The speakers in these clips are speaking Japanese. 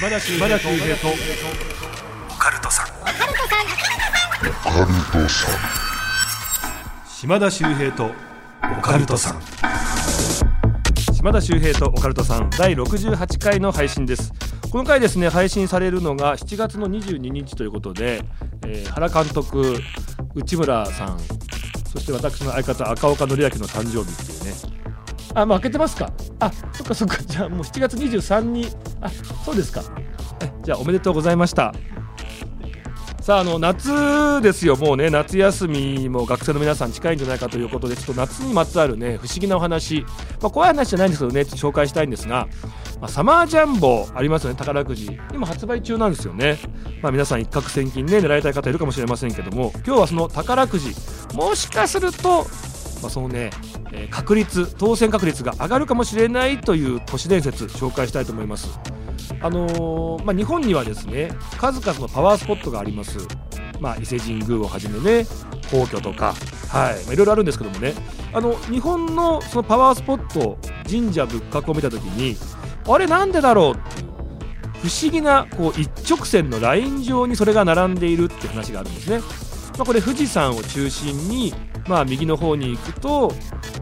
島田秀平とオカルトさん。島田秀平とオカルトさん。島田秀平とオカルトさん第68回の配信です。この回ですね、配信されるのが7月の22日ということで、原監督、内村さん、そして私の相方赤岡典明の誕生日っていうね。もう開けてますか。そっか。じゃあもう7月23にそうですか。じゃあおめでとうございました。さあ、夏ですよ。もうね、夏休みも学生の皆さん近いんじゃないかということで、ちょっと夏にまつわるね不思議なお話、怖い話じゃないんですけどね、紹介したいんですが、サマージャンボありますよね。宝くじ今発売中なんですよね。皆さん一攫千金ね狙いたい方いるかもしれませんけども、今日はその宝くじ、もしかするとそのね当選確率が上がるかもしれないという都市伝説紹介したいと思います。日本にはですね数々のパワースポットがあります。伊勢神宮をはじめね、皇居とか、いろいろあるんですけどもね、日本のそのパワースポット、神社仏閣を見たときに、あれなんでだろうっていう不思議な一直線のライン上にそれが並んでいるって話があるんですね。これ富士山を中心に、右の方に行くと、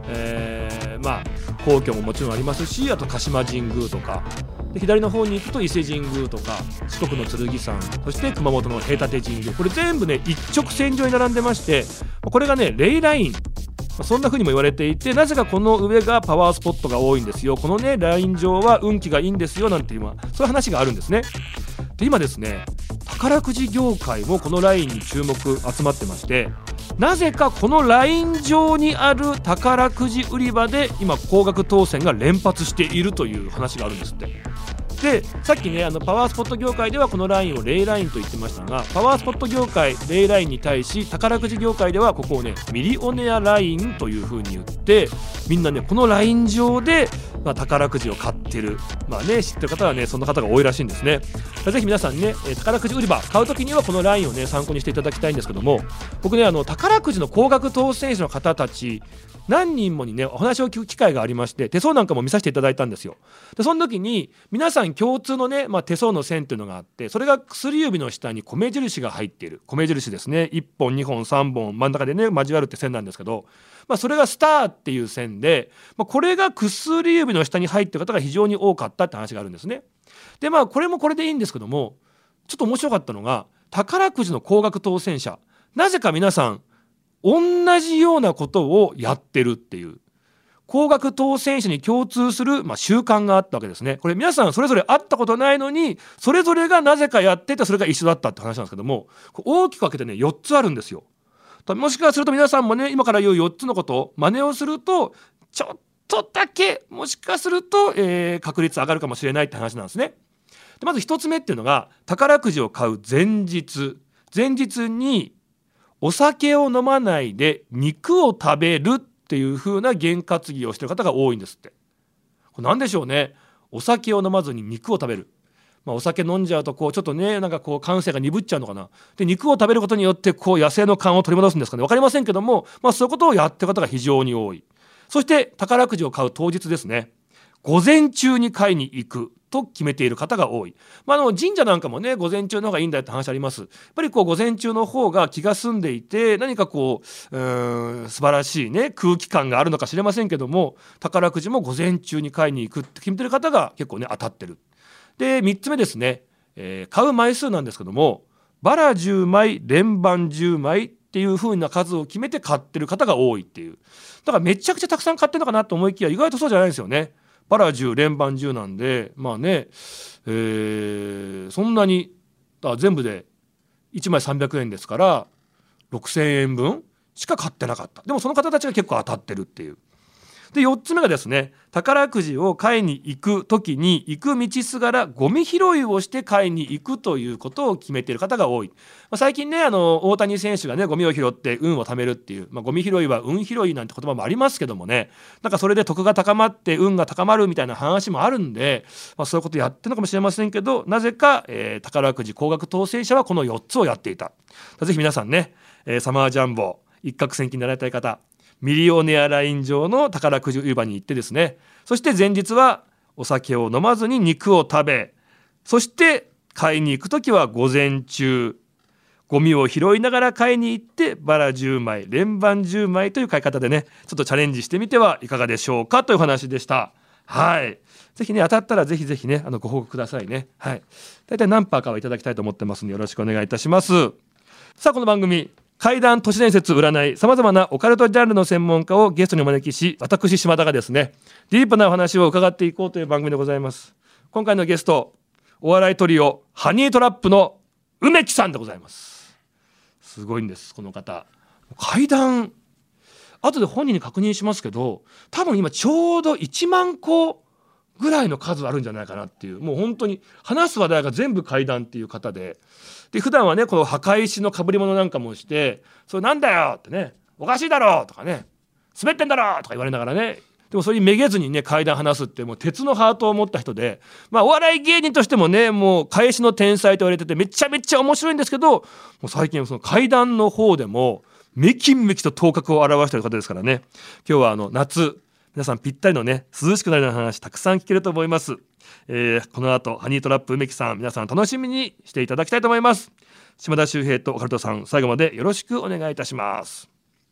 皇居ももちろんありますし、あと鹿島神宮とかで、左の方に行くと伊勢神宮とか四国の剣山、そして熊本の平立神宮、これ全部ね一直線上に並んでまして、これがねレイライン、そんな風にも言われていて、なぜかこの上がパワースポットが多いんですよ、このねライン上は運気がいいんですよなんていう、そういう話があるんですね。で今ですね、宝くじ業界もこのラインに注目集まってまして、なぜかこのライン上にある宝くじ売り場で今高額当選が連発しているという話があるんですって。でさっきねパワースポット業界ではこのラインをレイラインと言ってましたが、パワースポット業界レイラインに対し宝くじ業界ではここをねミリオネアラインという風に言って、みんなねこのライン上で宝くじを買ってる、知ってる方はねそんな方が多いらしいんですね。ぜひ皆さんね宝くじ売り場買うときにはこのラインをね参考にしていただきたいんですけども、僕ね宝くじの高額当選者の方たち何人もにねお話を聞く機会がありまして、手相なんかも見させていただいたんですよ。でその時に皆さん共通のね、手相の線というのがあって、それが薬指の下に米印が入っている、米印ですね、1本2本3本真ん中でね交わるって線なんですけど、それがスターっていう線で、これが薬指の下に入っている方が非常に多かったって話があるんですね。でこれもこれでいいんですけども、ちょっと面白かったのが、宝くじの高額当選者、なぜか皆さん同じようなことをやってるっていう、高額当選者に共通する、習慣があったわけですね。これ皆さんそれぞれ会ったことないのに、それぞれがなぜかやっててそれが一緒だったって話なんですけども、大きく分けてね4つあるんですよ。もしかすると皆さんもね今から言う4つのことを真似をすると、ちょっとだけもしかすると、確率上がるかもしれないって話なんですね。でまず1つ目っていうのが、宝くじを買う前日にお酒を飲まないで肉を食べるっていう風な験担ぎをしている方が多いんですって。これ何でしょうね。お酒を飲まずに肉を食べる、お酒飲んじゃうとちょっとね感性が鈍っちゃうのかな。で肉を食べることによって野生の勘を取り戻すんですかね、分かりませんけども、そういうことをやっている方が非常に多い。そして宝くじを買う当日ですね、午前中に買いに行くと決めている方が多い。神社なんかもね午前中の方がいいんだよって話あります。やっぱり午前中の方が気が済んでいて、何か素晴らしいね空気感があるのか知れませんけども、宝くじも午前中に買いに行くって決めている方が結構ね当たってる。で3つ目ですね、買う枚数なんですけども、バラ10枚連番10枚っていう風な数を決めて買ってる方が多いっていう。だからめちゃくちゃたくさん買ってるのかなと思いきや、意外とそうじゃないんですよね。バラ10連番10なんで、そんなに全部で1枚300円ですから6000円分しか買ってなかった。でもその方たちが結構当たってるっていう。で4つ目がですね、宝くじを買いに行く時に行く道すがらゴミ拾いをして買いに行くということを決めている方が多い。最近ね大谷選手がねゴミを拾って運を貯めるっていう、ゴミ拾いは運拾いなんて言葉もありますけどもね、それで徳が高まって運が高まるみたいな話もあるんで、そういうことやってるのかもしれませんけど、なぜか、宝くじ高額当選者はこの4つをやっていた。ぜひ皆さんね、サマージャンボ一攫千金になられたい方、ミリオネアライン上の宝くじ売り場に行ってですね、そして前日はお酒を飲まずに肉を食べ、 そして買いに行くときは午前中、ゴミを拾いながら買いに行ってバラ10枚連番10枚という買い方でね、ちょっとチャレンジしてみてはいかがでしょうかという話でした。はい、ぜひね当たったらぜひぜひねご報告くださいね。はい、だいたい何パーかはいただきたいと思ってますのでよろしくお願いいたします。さあこの番組怪談都市伝説占いさまざまなオカルトジャンルの専門家をゲストにお招きし、私島田がですねディープなお話を伺っていこうという番組でございます。今回のゲスト、お笑いトリオハニートラップの梅木さんでございます。すごいんです、この方。怪談後で本人に確認しますけど、多分今ちょうど1万個ぐらいの数あるんじゃないかなっていう、もう本当に話す話題が全部怪談っていう方で、普段はねこの墓石の被り物なんかもして、それなんだよってね、おかしいだろとかね、滑ってんだろとか言われながらね、でもそれにめげずにね怪談話すって、もう鉄のハートを持った人で、お笑い芸人としてもねもう返しの天才と言われててめちゃめちゃ面白いんですけど、もう最近その怪談の方でもめきめきと頭角を現している方ですからね。今日は夏皆さんぴったりのね涼しくなるような話たくさん聞けると思います。この後ハニートラップ梅木さん、皆さん楽しみにしていただきたいと思います。島田秀平とオカルトさん、最後までよろしくお願いいたします。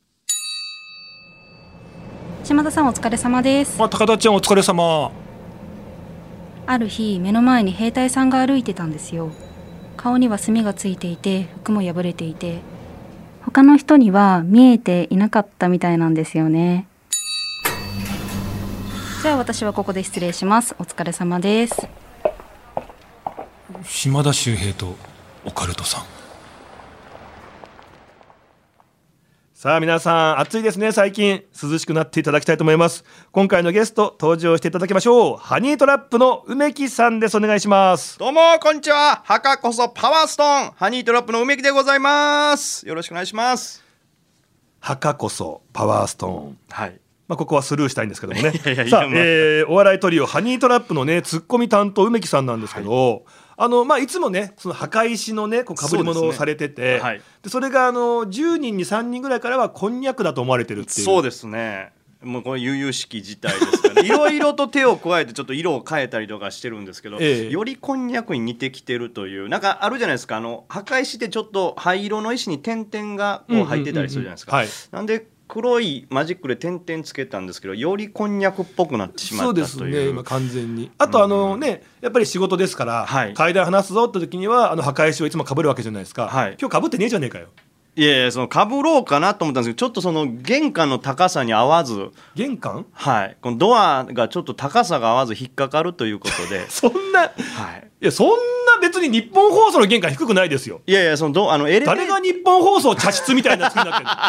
島田さんお疲れ様です。 高田ちゃんお疲れ様。 ある日目の前に兵隊さんが歩いてたんですよ。顔には墨がついていて服も破れていて、他の人には見えていなかったみたいなんですよね。じゃあ私はここで失礼します。お疲れ様です。 島田秀平とオカルトさん。 さあ皆さん暑いですね。最近涼しくなっていただきたいと思います。今回のゲスト登場していただきましょう。ハニートラップの梅木さんです。お願いします。 どうもこんにちは。墓こそパワーストーン、ハニートラップの梅木でございます。よろしくお願いします。 墓こそパワーストーン、 はい、 ここはスルーしたいんですけどもね。 いやさあ、お笑いトリオハニートラップのねツッコミ担当梅木さんなんですけど、いつもねその墓石のねこう被り物をされてて、それが10人に3人ぐらいからはこんにゃくだと思われてるっていう。 そうですね。もうこれ悠々しき事態ですから、ね、いろいろと手を加えてちょっと色を変えたりとかしてるんですけど、よりこんにゃくに似てきてるという、なんかあるじゃないですか、墓石ってちょっと灰色の石に点々がこう入ってたりするじゃないですか。なんで黒いマジックで点々つけたんですけど、よりこんにゃくっぽくなってしまったという。 そうですね、今完全に。あとやっぱり仕事ですから、階段話すぞって時には墓石をいつも被るわけじゃないですか。今日被ってねえじゃねえかよ。 いやいや、その被ろうかなと思ったんですけど、ちょっとその玄関の高さに合わず、 玄関、 このドアがちょっと高さが合わず引っかかるということでそんな、いやそんな別に日本放送の玄関低くないですよ。 いやいや、その誰が日本放送茶室みたいな作りになってる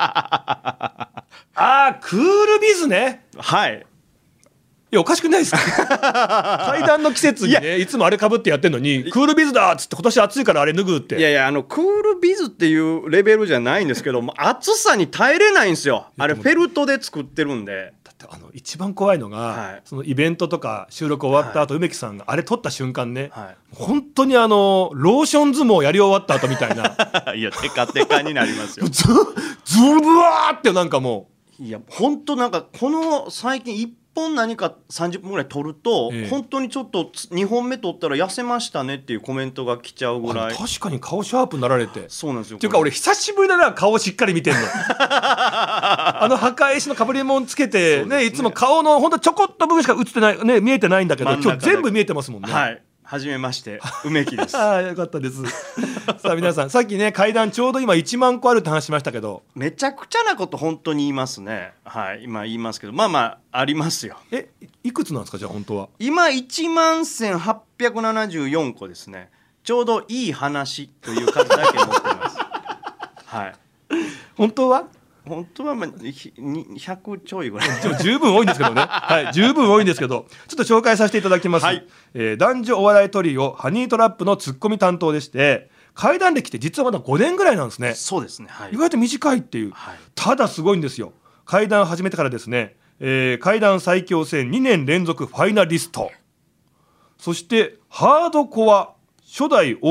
のクールビズね。いやおかしくないですか階段の季節にね いつもあれかぶってやってんのにクールビズだっつって今年暑いからあれ脱ぐって。 いやいやクールビズっていうレベルじゃないんですけども、暑さに耐えれないんですよ。あれフェルトで作ってるんで。 だって一番怖いのが、そのイベントとか収録終わった後、梅木さんがあれ撮った瞬間ね、本当にローション相撲やり終わった後みたいないやテカテカになりますよズブワーってなんかもう、いや本当なんかこの最近1本何か30分ぐらい撮ると、本当にちょっと2本目撮ったら痩せましたねっていうコメントが来ちゃうぐらい。 確かに顔シャープになられて。 そうなんですよ。 っていうか俺久しぶりだな、顔しっかり見てんの墓石のかぶり物つけてね、いつも顔のほんとちょこっと部分しか映ってないね、見えてないんだけど、今日全部見えてますもんね。 はじめまして梅木ですよかったですさあ皆さん、さっきね階段ちょうど今1万個あるって話しましたけど、 めちゃくちゃなこと本当に言いますね。今言いますけど、ありますよ。 いくつなんですかじゃあ本当は。 今11,874個ですね。ちょうどいい話という数だけ持ってます本当は 100ちょいぐらい十分多いんですけどね十分多いんですけど、ちょっと紹介させていただきます。男女お笑いトリオハニートラップのツッコミ担当でして、怪談歴って実はまだ5年ぐらいなんですね。 そうですね、 意外と短いっていう。ただすごいんですよ。怪談始めてからですね、怪談最強戦2年連続ファイナリスト、そしてハードコア初代王者、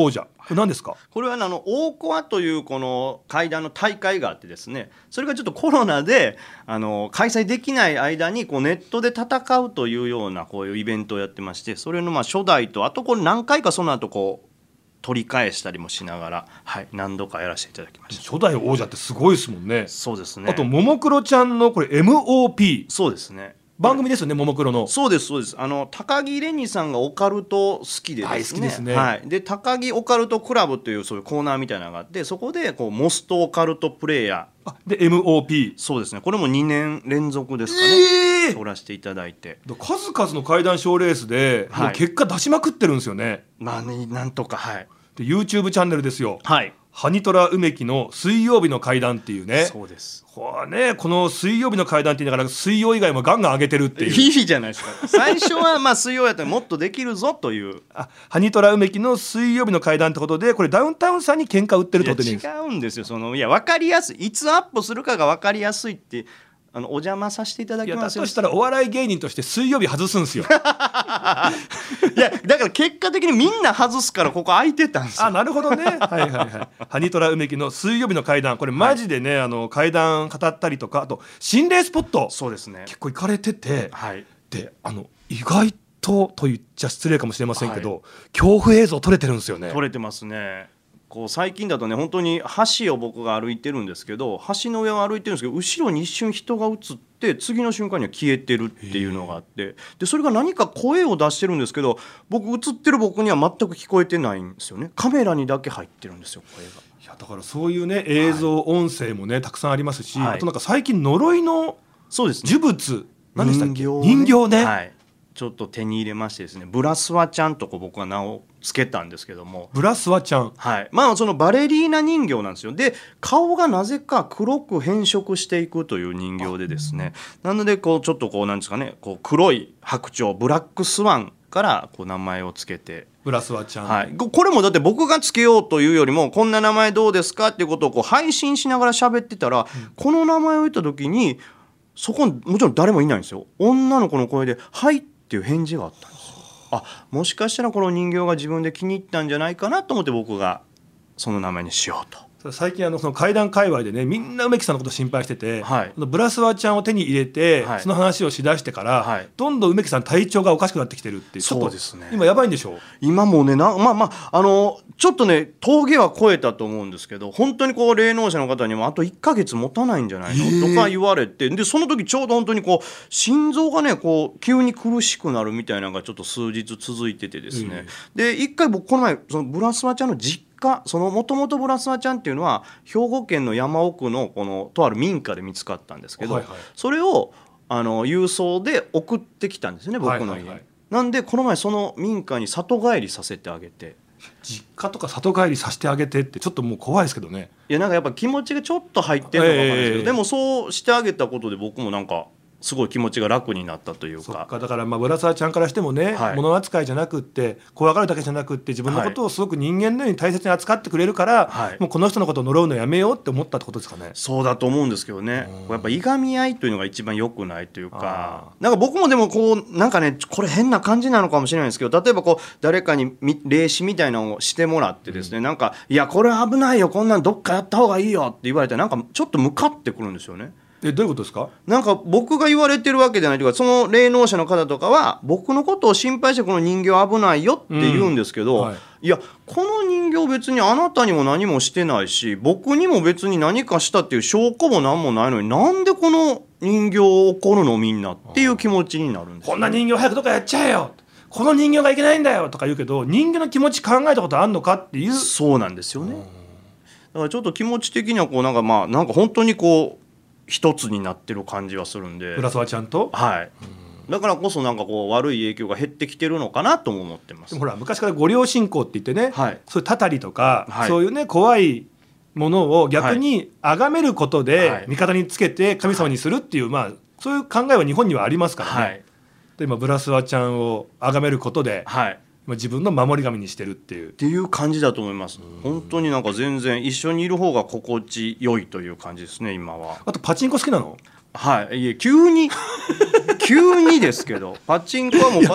何ですか？ これは大コアというこの怪談の大会があってですね、それがちょっとコロナで開催できない間にこうネットで戦うというようなこういうイベントをやってまして、それの初代とあとこれ何回かその後こう取り返したりもしながら、はい、何度かやらせていただきました。 初代王者ってすごいですもんね。 そうですね。 あとももクロちゃんのこれ MOP、 そうですね、 番組ですよね、ももクロの。 そうですそうです。高木レニさんがオカルト好きでですね、 大好きですね、 はい、で高木オカルトクラブというそういうコーナーみたいなのがあって、そこでこうモストオカルトプレイヤーで MOP、 そうですね、これも2年連続ですかね、取らせていただいて、 数々の怪談賞レースで、 はい、 もう結果出しまくってるんですよね。 まあね、なんとか、はい、 で YouTube チャンネルですよ、 はい、 ハニトラ梅木の水曜日の怪談っていうね。 そうです。 この水曜日の怪談って言いながら水曜以外もガンガン上げてるっていう。 いいじゃないですか。最初はまあ水曜やったらもっとできるぞというハニトラ梅木の水曜日の怪談ってことで、これダウンタウンさんに喧嘩売ってるってことでいいんですか？ 違うんですよ。いや分かりやすい、いつアップするかが分かりやすいってお邪魔させていただきますよ。 だとしたらお笑い芸人として水曜日外すんですよ。 いやだから結果的にみんな外すからここ空いてたんですよ。 なるほどね。はいはいはい。ハニトラ梅木の水曜日の怪談、これマジでね、怪談語ったりとか、あと心霊スポット、 そうですね、 結構行かれてて、 はい、 で意外と言っちゃ失礼かもしれませんけど、はい、恐怖映像撮れてるんですよね。 撮れてますね。こう最近だとね、本当に橋を僕が歩いてるんですけど、橋の上を歩いてるんですけど、後ろに一瞬人が映って次の瞬間には消えてるっていうのがあって、でそれが何か声を出してるんですけど、映ってる僕には全く聞こえてないんですよね。カメラにだけ入ってるんですよ、声が。 いやだからそういうね、映像、はい、音声もねたくさんありますし、 はい、 あとなんか最近呪いの呪物、何でしたっけ？ 人形ね、 はい、ちょっと手に入れましてですね、ブラスワちゃんと僕は名をつけたんですけども、 ブラスワちゃん、 はい、まあそのバレリーナ人形なんですよ。で顔がなぜか黒く変色していくという人形でですね、なのでちょっとなんですかね、黒い白鳥ブラックスワンから名前をつけて、 ブラスワちゃん、 はい、これもだって僕がつけようというよりも、こんな名前どうですかっていうことを配信しながら喋ってたら、この名前を言った時にそこにもちろん誰もいないんですよ。女の子の声で「はい」っていう返事があったんですよ。もしかしたらこの人形が自分で気に入ったんじゃないかなと思って、僕がその名前にしようと。 最近その怪談界隈でね、みんな梅木さんのこと心配してて、 はい、 ブラスワちゃんを手に入れて、はい、その話をしだしてから、はい、どんどん梅木さん体調がおかしくなってきてるっていう。 そうですね、 今やばいんでしょう？ 今もねちょっとね峠は越えたと思うんですけど、本当に霊能者の方にもあと1ヶ月持たないんじゃないのとか言われて、でその時ちょうど本当に心臓がね急に苦しくなるみたいなのがちょっと数日続いててですね、で一回僕この前そのブラスワちゃんの実もともとブラスワちゃんっていうのは兵庫県の山奥のとある民家で見つかったんですけど、はいはい、それを郵送で送ってきたんですね、僕の家に、はいはいはい、なんでこの前その民家に里帰りさせてあげて。 実家とか里帰りさせてあげてってちょっともう怖いですけどね。 いややっぱ気持ちがちょっと入ってるのか分かんないですけど、でもそうしてあげたことで僕もすごい気持ちが楽になったというか。 だからブラスワちゃんからしてもね、はい、物扱いじゃなくって怖がるだけじゃなくって自分のことをすごく人間のように大切に扱ってくれるから、はい、もうこの人のことを呪うのやめようって思ったってことですかね。 そうだと思うんですけどね。やっぱいがみ合いというのが一番良くないというか、僕もでもこれ変な感じなのかもしれないですけど、例えば誰かに霊視みたいなのをしてもらってですね、いやこれ危ないよ、こんなんどっかやった方がいいよって言われたらちょっと向かってくるんですよね。 どういうことですか？ 僕が言われてるわけじゃないというか、その霊能者の方とかは僕のことを心配してこの人形危ないよって言うんですけど、はい、いやこの人形別にあなたにも何もしてないし、僕にも別に何かしたっていう証拠も何もないのに、なんでこの人形を怒るのみんなっていう気持ちになるんです、 こんな人形早くどっかやっちゃえよ、この人形がいけないんだよとか言うけど、人間の気持ち考えたことあんのかっていう。 そうなんですよね。だからちょっと気持ち的には本当に一つになってる感じはするんで、 ブラスワちゃんと、 はい、だからこそ悪い影響が減ってきてるのかなとも思ってます。 でも昔から御霊信仰って言ってね、はい、そういうたたりとか、はい、そういうね怖いものを逆に崇めることで味方につけて神様にするっていう、そういう考えは日本にはありますからね、はい、で今ブラスワちゃんを崇めることで、はい、自分の守り神にしてるっていう感じだと思います。本当に全然一緒にいる方が心地よいという感じですね今は。 あとパチンコ好きなの？ はい、いえ急にですけどパチンコはもう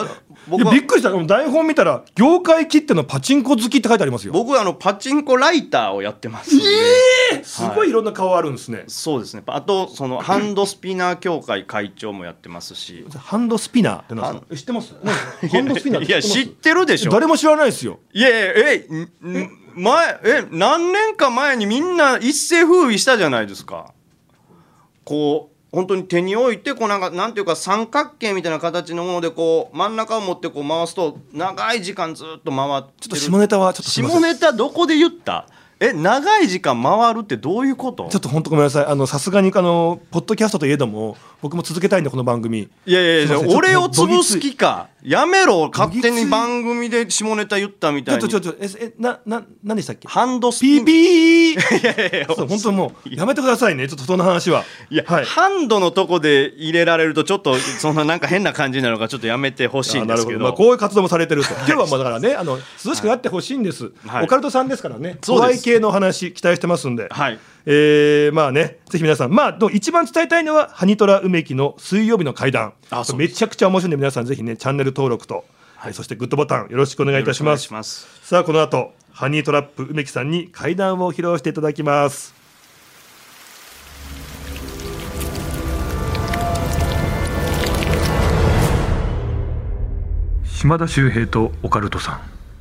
僕はびっくりした。台本見たら業界きってのパチンコ好きって書いてありますよ。 僕はパチンコライターをやってますので、 すごいいろんな顔あるんですね。 そうですね。あとそのハンドスピナー協会会長もやってますし。 ハンドスピナーって何ですか？知ってます？ハンドスピナーって知ってます？ いや知ってるでしょ。 誰も知らないですよ。 いや何年か前にみんな一世風靡したじゃないですか。こう本当に手に置いてこうなんていうか三角形みたいな形のものでこう真ん中を持ってこう回すと長い時間ずっと回ってる。 ちょっと下ネタはちょっと下ネタどこで言った？長い時間回るってどういうこと？ ちょっと本当ごめんなさい。さすがにポッドキャストといえども僕も続けたいんでこの番組。 いや俺を潰す気か。やめろ、勝手に番組で下ネタ言ったみたいに。 何でしたっけ？ ハンドスピン。 ピーそう本当もうやめてくださいね。ちょっとその話は。 いや、はい、ハンドのとこで入れられるとちょっとそんななんか変な感じになるからちょっとやめてほしいんですけど。 こういう活動もされてると。今日はもうだからね涼しくなってほしいんです。オカルトさんですからね。怖い系の話期待してますんで。 はい。 まあね、ぜひ皆さん、一番伝えたいのはハニトラ梅木の水曜日の怪談。めちゃくちゃ面白いんで皆さんぜひねチャンネル登録と、そしてグッドボタンよろしくお願いいたします。さあこの後ハニートラップ梅木さんに怪談を披露していただきます。 島田秀平とオカルトさん。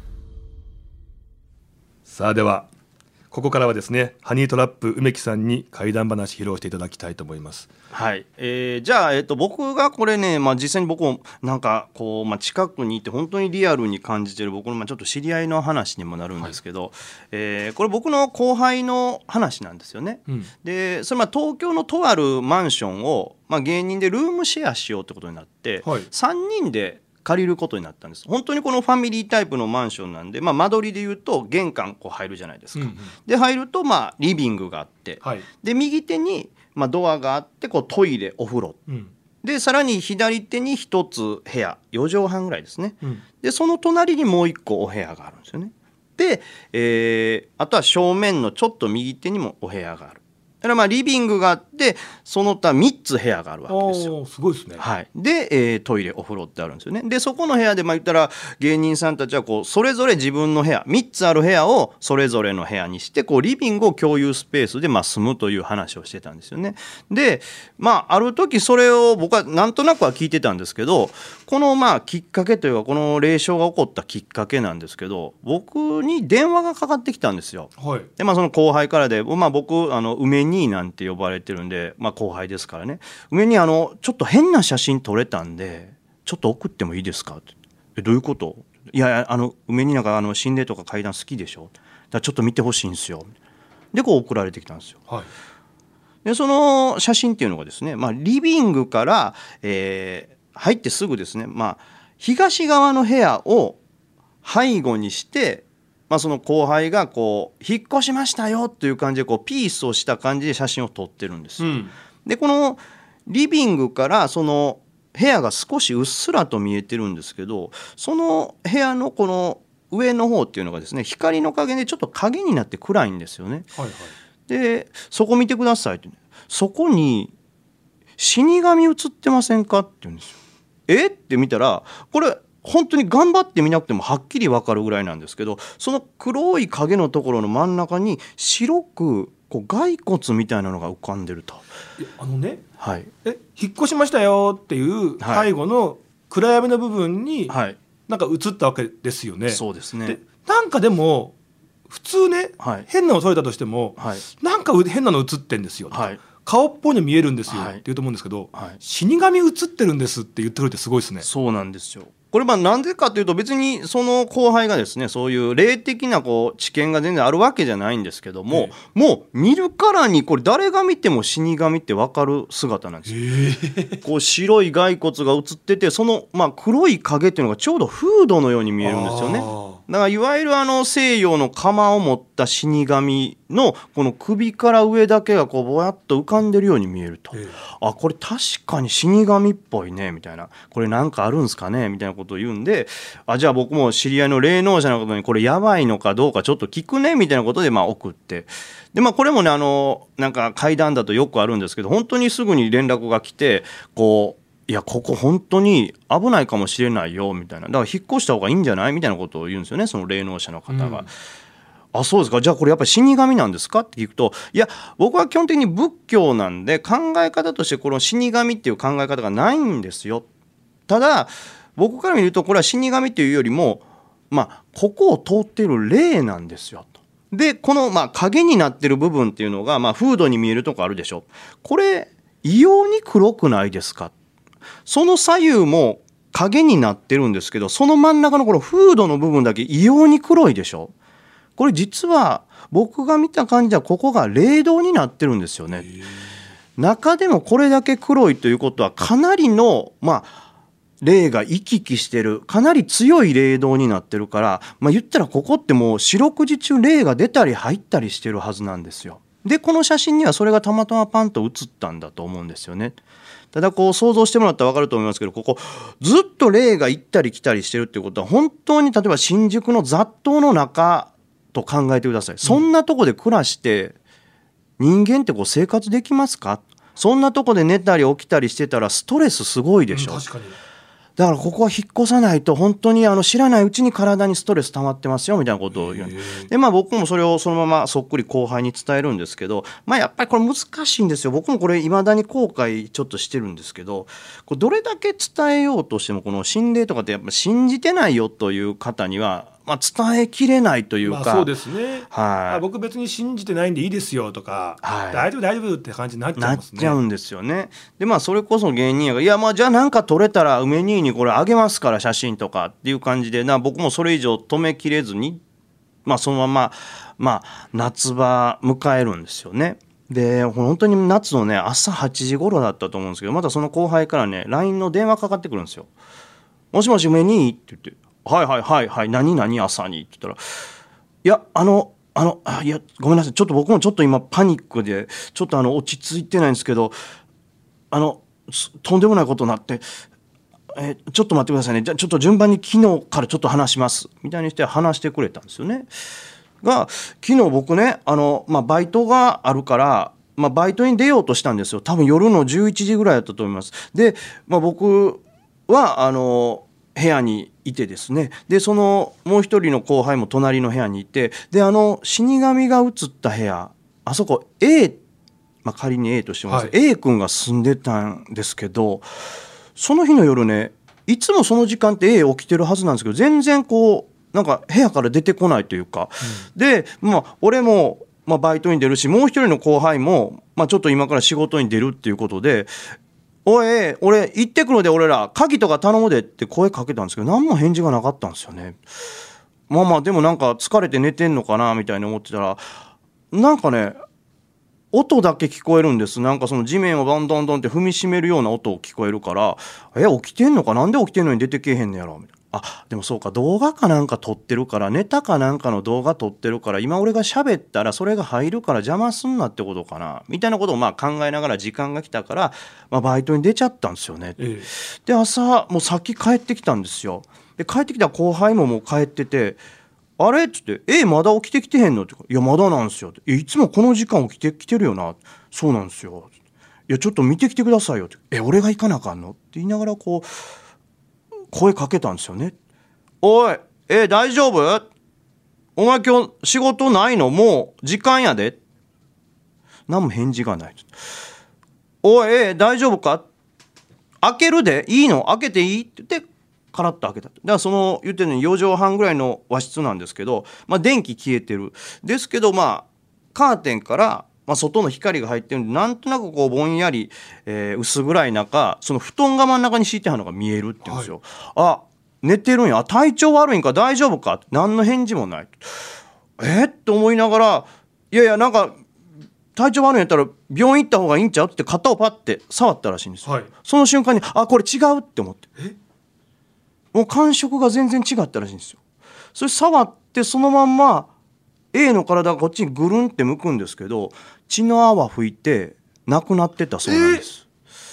さあではここからはですねハニートラップ梅木さんに怪談話披露していただきたいと思います。 はい、じゃあ、僕がこれね、実際に僕もなんかこう、近くにいて本当にリアルに感じてる僕のちょっと知り合いの話にもなるんですけど、これ僕の後輩の話なんですよね。でそれ東京のとあるマンションを、芸人でルームシェアしようってことになって、3人で借りることになったんです。本当にこのファミリータイプのマンションなんで、間取りでいうと玄関こう入るじゃないですか。で入るとリビングがあって、で右手にドアがあってこうトイレお風呂、でさらに左手に1つ部屋4畳半ぐらいですね。でその隣にもう1個お部屋があるんですよね。で、あとは正面のちょっと右手にもお部屋がある。だからリビングがあってその他3つ部屋があるわけですよ。 すごいですね。 はい、で、トイレお風呂ってあるんですよね。でそこの部屋で言ったら芸人さんたちはこうそれぞれ自分の部屋3つある部屋をそれぞれの部屋にしてこうリビングを共有スペースで住むという話をしてたんですよね。である時それを僕はなんとなくは聞いてたんですけど、このきっかけというかこの霊障が起こったきっかけなんですけど、僕に電話がかかってきたんですよ。でその後輩からで、僕梅兄なんて呼ばれてるんで、後輩ですからね。梅にちょっと変な写真撮れたんでちょっと送ってもいいですかって。どういうこと？いや梅に心霊とか怪談好きでしょ。だからちょっと見てほしいんですよ。でこう送られてきたんですよ。でその写真っていうのがですね、リビングから、入ってすぐですね、東側の部屋を背後にしてその後輩がこう引っ越しましたよという感じでこうピースをした感じで写真を撮ってるんですよ。でこのリビングからその部屋が少しうっすらと見えてるんですけど、その部屋のこの上の方っていうのがですね光の加減でちょっと影になって暗いんですよね。でそこ見てくださいって、そこに死神映ってませんかって言うんですよ。って見たらこれ本当に頑張って見なくてもはっきり分かるぐらいなんですけど、その黒い影のところの真ん中に白くこう骸骨みたいなのが浮かんでると。 引っ越しましたよっていう背後の暗闇の部分になんか映ったわけですよね。 そうですね。 なんかでも普通ね、変なの撮れたとしても、なんか変なの映ってんですよ、顔っぽいの見えるんですよ、って言うと思うんですけど、死神映ってるんですって言ってくるってすごいですね。 そうなんですよ。これなんでかというと別にその後輩がですねそういう霊的なこう知見が全然あるわけじゃないんですけども、もう見るからにこれ誰が見ても死神って分かる姿なんですよ。こう白い骸骨が映っててその黒い影っていうのがちょうどフードのように見えるんですよね。だからいわゆる西洋の鎌を持った死神のこの首から上だけがこうぼやっと浮かんでるように見えると、これ確かに死神っぽいねみたいな、これなんかあるんすかねみたいなことを言うんで、じゃあ僕も知り合いの霊能者の方にこれやばいのかどうかちょっと聞くねみたいなことで送って、でこれもねなんか怪談だとよくあるんですけど、本当にすぐに連絡が来てこういやここ本当に危ないかもしれないよみたいな、だから引っ越した方がいいんじゃないみたいなことを言うんですよね、その霊能者の方が。あ、そうですか、じゃあこれやっぱり死神なんですかって聞くと、いや僕は基本的に仏教なんで考え方としてこの死神っていう考え方がないんですよ。ただ僕から見るとこれは死神っていうよりも、ここを通っている霊なんですよと。でこの影になってる部分っていうのが、フードに見えるとこあるでしょ。これ異様に黒くないですか。その左右も影になってるんですけど、その真ん中のこのフードの部分だけ異様に黒いでしょ。これ実は僕が見た感じはここが霊道になってるんですよね。中でもこれだけ黒いということはかなりの霊が行き来してる、かなり強い霊道になってるから、言ったらここってもう四六時中霊が出たり入ったりしてるはずなんですよ。でこの写真にはそれがたまたまパンと写ったんだと思うんですよね。ただこう想像してもらったら分かると思いますけど、ここずっと霊が行ったり来たりしてるっていうことは本当に例えば新宿の雑踏の中と考えてください。そんなとこで暮らして人間ってこう生活できますか。そんなとこで寝たり起きたりしてたらストレスすごいでしょ。 確かに。 だからここは引っ越さないと本当に知らないうちに体にストレス溜まってますよみたいなことを言う。で僕もそれをそのままそっくり後輩に伝えるんですけど、やっぱりこれ難しいんですよ。僕もこれ未だに後悔ちょっとしてるんですけど、これどれだけ伝えようとしてもこの心霊とかってやっぱ信じてないよという方には伝えきれないというか、 そうですね、僕別に信じてないんでいいですよとか、大丈夫大丈夫って感じになっちゃいますね。 なっちゃうんですよね。でそれこそ芸人やがいやじゃあなんか撮れたら梅兄にこれあげますから写真とかっていう感じで僕もそれ以上止めきれずにそのまま夏場迎えるんですよね。で本当に夏のね朝8時頃だったと思うんですけど、またその後輩からね LINE の電話かかってくるんですよ。もしもし梅兄って言って、はい何朝にって言ったら、いやいやごめんなさい、ちょっと僕もちょっと今パニックでちょっと落ち着いてないんですけどとんでもないことになってちょっと待ってくださいね、じゃあちょっと順番に昨日からちょっと話しますみたいにして話してくれたんですよね。が昨日僕ねバイトがあるからバイトに出ようとしたんですよ。多分夜の11時ぐらいだったと思います。で僕は部屋にいてですね、でそのもう一人の後輩も隣の部屋にいて、で死神が映った部屋、あそこ A、仮に A としても、A 君が住んでたんですけど、その日の夜ねいつもその時間って A 起きてるはずなんですけど全然こうなんか部屋から出てこないというか、で俺もバイトに出るしもう一人の後輩もちょっと今から仕事に出るっていうことで、おい俺行ってくるで、俺ら鍵とか頼むでって声かけたんですけど何も返事がなかったんですよね。でもなんか疲れて寝てんのかなみたいに思ってたら、なんかね音だけ聞こえるんです。なんかその地面をバンドンドンって踏みしめるような音を聞こえるから、起きてんのか、なんで起きてんのに出てけえへんのやろみたいな。でもそうか、動画かなんか撮ってるから、ネタかなんかの動画撮ってるから、今俺が喋ったらそれが入るから邪魔すんなってことかなみたいなことを考えながら時間が来たから、バイトに出ちゃったんですよね。で朝もうさっき帰ってきたんですよ。で帰ってきた後輩ももう帰ってて、あれっつってまだ起きてきてへんのって、いやまだなんですよって、いつもこの時間起きてきてるよな、そうなんですよ、いやちょっと見てきてくださいよって、俺が行かなあかんのって言いながらこう声かけたんですよね。おい大丈夫、お前今日仕事ないの、もう時間やで。何も返事がない。おい大丈夫か、開けるで、いいの、開けていいって言ってカラッと開けた。だからその言ってるように4畳半ぐらいの和室なんですけど、電気消えてるですけどカーテンから外の光が入ってるんで、なんとなくこうぼんやり、薄暗い中、その布団が真ん中に敷いてあるのが見えるって言うんですよ。寝てるんや、体調悪いんか、大丈夫か、何の返事もない。って思いながら、いやなんか体調悪いんやったら病院行った方がいいんちゃうって肩をパッて触ったらしいんですよ。その瞬間にこれ違うって思って、もう感触が全然違ったらしいんですよ。それ触ってそのまんま A の体がこっちにぐるんって向くんですけど、血の泡吹いて亡くなってたそうなんです。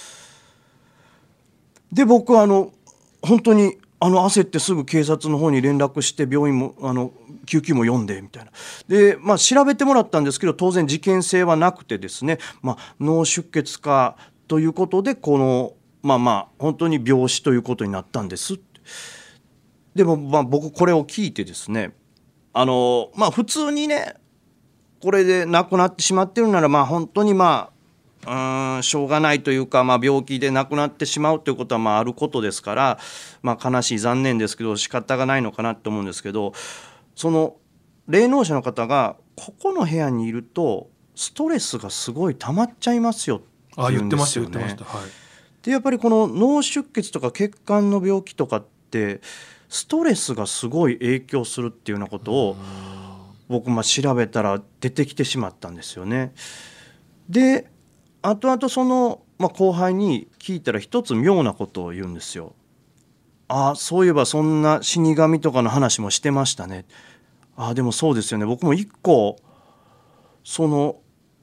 で僕本当に焦ってすぐ警察の方に連絡して、病院も救急も呼んでみたいなで、調べてもらったんですけど、当然事件性はなくてですね、脳出血かということでこの本当に病死ということになったんです。でも僕これを聞いてですね、普通にねこれで亡くなってしまってるなら本当にしょうがないというか、病気で亡くなってしまうということはあることですから、悲しい残念ですけど仕方がないのかなと思うんですけど、その霊能者の方がここの部屋にいるとストレスがすごい溜まっちゃいますよって言うんですよね。 言ってました、はい。 でやっぱりこの脳出血とか血管の病気とかってストレスがすごい影響するっていうようなことを僕調べたら出てきてしまったんですよね。で後々その、後輩に聞いたら一つ妙なことを言うんですよ。そういえばそんな死神とかの話もしてましたね。でもそうですよね。僕も一個その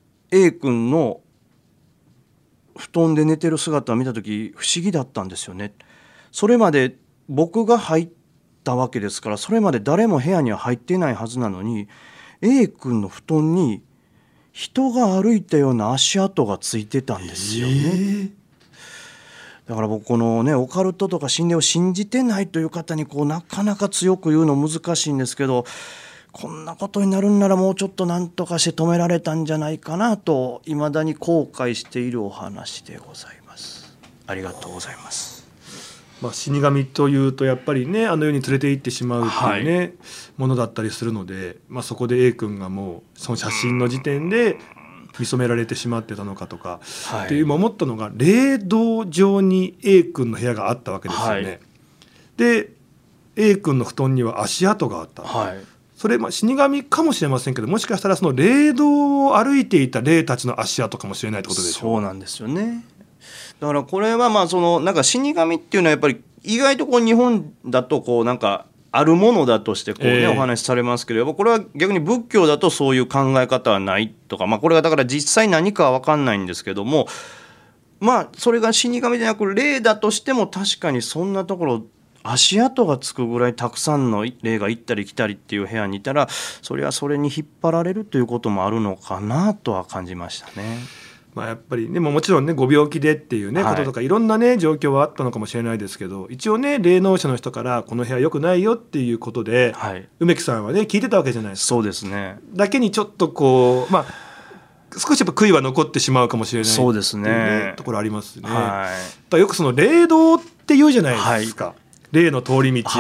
A 君の布団で寝てる姿を見た時不思議だったんですよね。それまで僕が入ったわけですから、それまで誰も部屋には入っていないはずなのに A 君の布団に人が歩いたような足跡がついてたんですよね。だから僕このねオカルトとか心霊を信じてないという方になかなか強く言うの難しいんですけど、こんなことになるんならもうちょっと何とかして止められたんじゃないかなと未だに後悔しているお話でございます。ありがとうございます。 死神というとやっぱりねあの世に連れて行ってしまうっていうね、ものだったりするので、そこで A 君がもうその写真の時点で見初められてしまってたのかとか、っていう思ったのが霊道上に A 君の部屋があったわけですよね。で A 君の布団には足跡があった、それ死神かもしれませんけど、もしかしたらその霊道を歩いていた霊たちの足跡かもしれないってことでしょう。 そうなんですよね。だからこれはそのなんか死神っていうのはやっぱり意外と日本だとなんかあるものだとしてお話しされますけれど、これは逆に仏教だとそういう考え方はないとか、これがだから実際何かは分かんないんですけども、それが死神じゃなく霊だとしても確かにそんなところ足跡がつくぐらいたくさんの霊が行ったり来たりっていう部屋にいたら、それはそれに引っ張られるということもあるのかなとは感じましたね。 やっぱりね、もちろんねご病気でっていうね、こととかいろんなね状況はあったのかもしれないですけど、一応ね霊能者の人からこの部屋良くないよっていうことで、梅木さんはね聞いてたわけじゃないですか。 そうですね。 だけにちょっと少しやっぱ悔いは残ってしまうかもしれないっていう、 そうですね、 ところありますね。よくその霊道って言うじゃないですか、霊の通り道、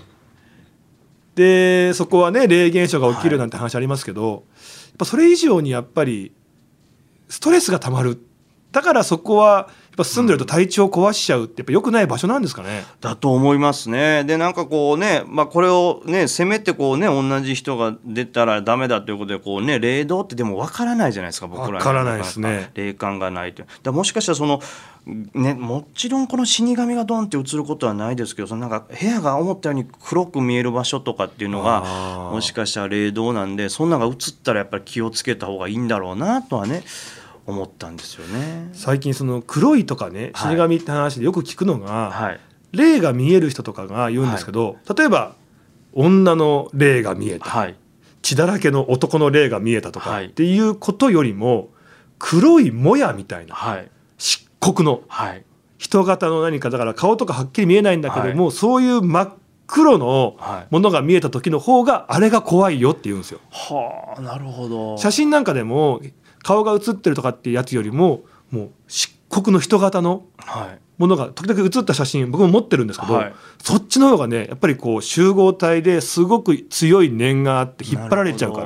でそこはね霊現象が起きるなんて話ありますけど、やっぱそれ以上にやっぱりストレスがたまる。だからそこはやっぱ住んでると体調を壊しちゃうってやっぱ良くない場所なんですかね。 だと思いますね。でなんかこれをねせめて同じ人が出たらダメだということで霊道ってでも分からないじゃないですか、僕らに。 分からないですね。 霊感がないと。もしかしたらもちろんこの死神がドンって映ることはないですけど、なんか部屋が思ったように黒く見える場所とかっていうのがもしかしたら霊道なんで、そんなのが映ったらやっぱり気をつけた方がいいんだろうなとはね思ったんですよね。 最近その黒いとかね死神って話でよく聞くのが、霊が見える人とかが言うんですけど、例えば女の霊が見えた、血だらけの男の霊が見えたとかっていうことよりも、黒いもやみたいな、漆黒の、人型の何かだから顔とかはっきり見えないんだけども、そういう真っ黒のものが見えた時の方があれが怖いよって言うんですよ。 なるほど。 写真なんかでも顔が写ってるとかっていうやつよりももう漆黒の人型のものが時々写った写真僕も持ってるんですけど、そっちの方がねやっぱり集合体ですごく強い念があって引っ張られちゃうから、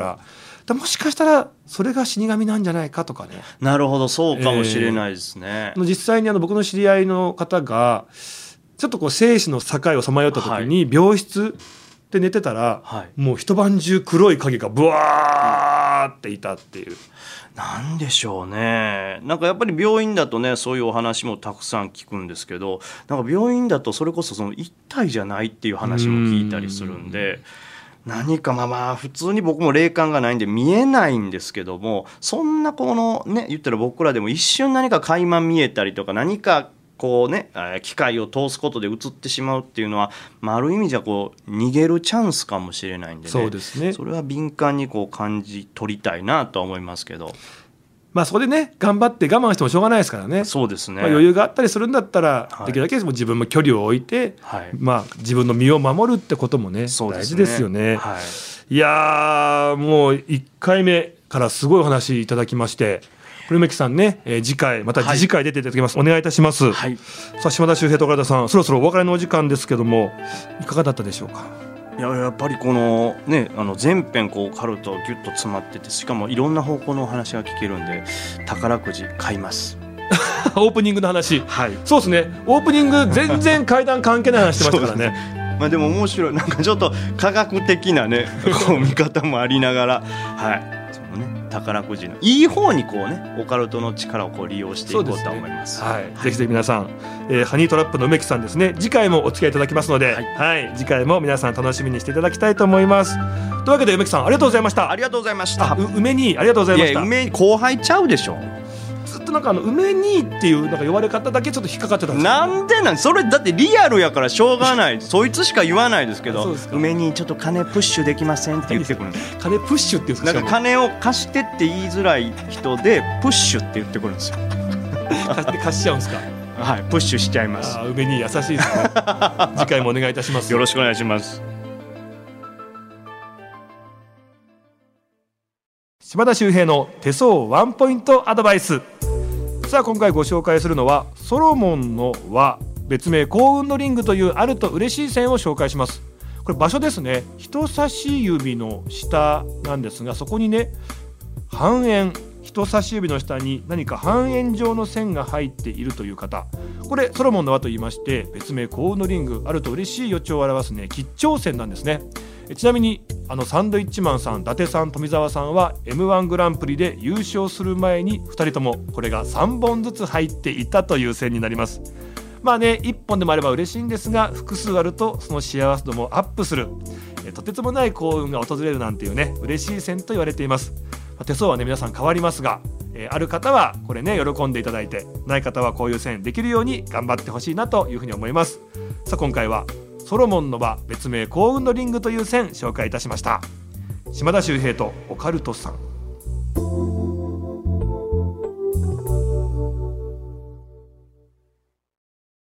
もしかしたらそれが死神なんじゃないかとかね。 なるほど、そうかもしれないですね。 実際に僕の知り合いの方がちょっと生死の境をさまよった時に病室で寝てたら、もう一晩中黒い影がブワーっていたっていう。 なんでしょうね。なんかやっぱり病院だとねそういうお話もたくさん聞くんですけど、なんか病院だとそれこそ一体じゃないっていう話も聞いたりするんで、何か普通に僕も霊感がないんで見えないんですけども、そんな言ったら僕らでも一瞬何か垣間見えたりとか何か機械を通すことで映ってしまうっていうのは、ある意味じゃ逃げるチャンスかもしれないんでね。 そうですね。 それは敏感に感じ取りたいなとは思いますけど、 そこでね頑張って我慢してもしょうがないですからね。 そうですね、 余裕があったりするんだったら、できるだけもう自分も距離を置いて、自分の身を守るってこともね大事ですよね。いやもう1回目からすごいお話いただきまして、これ梅木さんね、次回また次回出ていただきます、お願いいたします。さあ島田秀平と岡田さん、そろそろお別れのお時間ですけども、いかがだったでしょうか。 やっぱりこのね全編カルトギュッと詰まってて、しかもいろんな方向のお話が聞けるんで宝くじ買いますオープニングの話、そうですね、オープニング全然怪談関係ない話してましたからねでも面白い、なんかちょっと科学的なね見方もありながら、そのね宝くじのいい方にオカルトの力を利用していこうと思います。 ぜひぜひ皆さん、ハニートラップの梅木さんですね、次回もお付き合いいただきますので、次回も皆さん楽しみにしていただきたいと思います。というわけで梅木さんありがとうございました。 ありがとうございました。 梅にありがとうございました。 梅後輩ちゃうでしょ。 ずっとなんか梅にっていうなんか呼ばれ方だけちょっと引っかかってたんですよ。 なんでそれだってリアルやからしょうがないそいつしか言わないですけど、梅にちょっと金プッシュできませんって言ってくるんです。 金プッシュっていうんですか。 なんか金を貸してって言いづらい人でプッシュって言ってくるんですよ貸しちゃうんですか。 プッシュしちゃいます。 梅に優しいですね次回もお願いいたします。 よろしくお願いします。 島田秀平の手相ワンポイントアドバイス。さあ今回ご紹介するのはソロモンの輪、別名幸運のリングというあると嬉しい線を紹介します。これ場所ですね、人差し指の下なんですが、そこにね半円、人差し指の下に何か半円状の線が入っているという方、これソロモンの輪と言いまして、別名幸運のリング、あると嬉しい予兆を表すね吉兆線なんですね。ちなみにサンドイッチマンさん、伊達さん、富澤さんは M1 グランプリで優勝する前に2人ともこれが3本ずつ入っていたという線になります。1本でもあれば嬉しいんですが、複数あるとその幸せ度もアップする、とてつもない幸運が訪れるなんていうね嬉しい線と言われています。手相はね皆さん変わりますが、ある方はこれね喜んでいただいて、ない方はこういう線できるように頑張ってほしいなというふうに思います。さあ今回はソロモンの輪、別名幸運のリングという線紹介いたしました。島田秀平とオカルトさん。